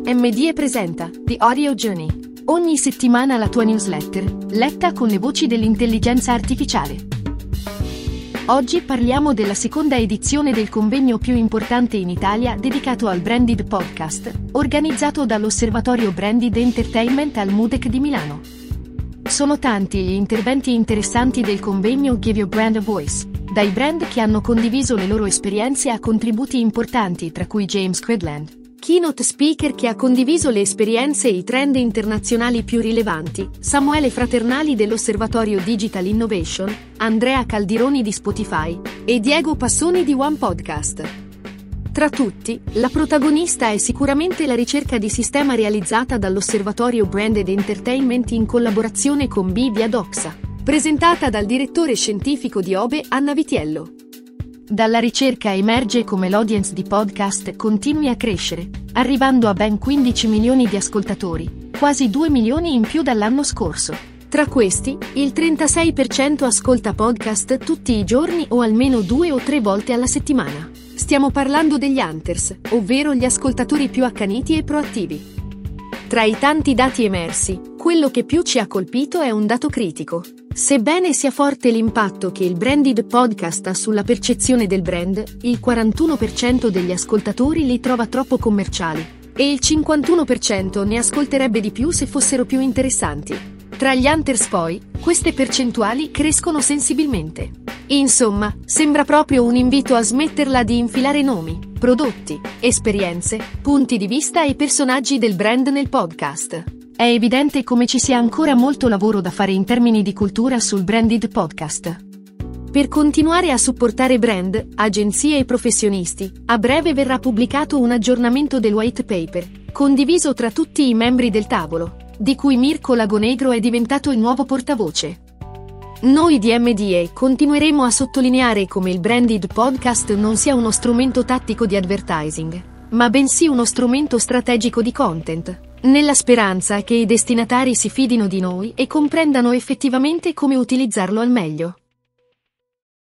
MDE presenta The Audio Journey. Ogni settimana la tua newsletter, letta con le voci dell'intelligenza artificiale. Oggi parliamo della seconda edizione del convegno più importante in Italia dedicato al branded podcast, organizzato dall'Osservatorio Branded Entertainment al MUDEC di Milano. Sono tanti gli interventi interessanti del convegno Give Your Brand a Voice, dai brand che hanno condiviso le loro esperienze a contributi importanti, tra cui James Cridland, keynote speaker che ha condiviso le esperienze e i trend internazionali più rilevanti, Samuele Fraternali dell'Osservatorio Digital Innovation, Andrea Caldironi di Spotify e Diego Passoni di One Podcast. Tra tutti, la protagonista è sicuramente la ricerca di sistema realizzata dall'Osservatorio Branded Entertainment in collaborazione con Bivia Doxa, presentata dal direttore scientifico di OBE Anna Vitiello. Dalla ricerca emerge come l'audience di podcast continui a crescere, arrivando a ben 15 milioni di ascoltatori, quasi 2 milioni in più dall'anno scorso. Tra questi, il 36% ascolta podcast tutti i giorni o almeno 2 o 3 volte alla settimana. Stiamo parlando degli hunters, ovvero gli ascoltatori più accaniti e proattivi. Tra i tanti dati emersi, quello che più ci ha colpito è un dato critico. Sebbene sia forte l'impatto che il branded podcast ha sulla percezione del brand, il 41% degli ascoltatori li trova troppo commerciali, e il 51% ne ascolterebbe di più se fossero più interessanti. Tra gli hunters poi, queste percentuali crescono sensibilmente. Insomma, sembra proprio un invito a smetterla di infilare nomi, prodotti, esperienze, punti di vista e personaggi del brand nel podcast. È evidente come ci sia ancora molto lavoro da fare in termini di cultura sul branded podcast. Per continuare a supportare brand, agenzie e professionisti, a breve verrà pubblicato un aggiornamento del white paper, condiviso tra tutti i membri del tavolo, di cui Mirko Lagonegro è diventato il nuovo portavoce. Noi di MDE continueremo a sottolineare come il branded podcast non sia uno strumento tattico di advertising, ma bensì uno strumento strategico di content, nella speranza che i destinatari si fidino di noi e comprendano effettivamente come utilizzarlo al meglio.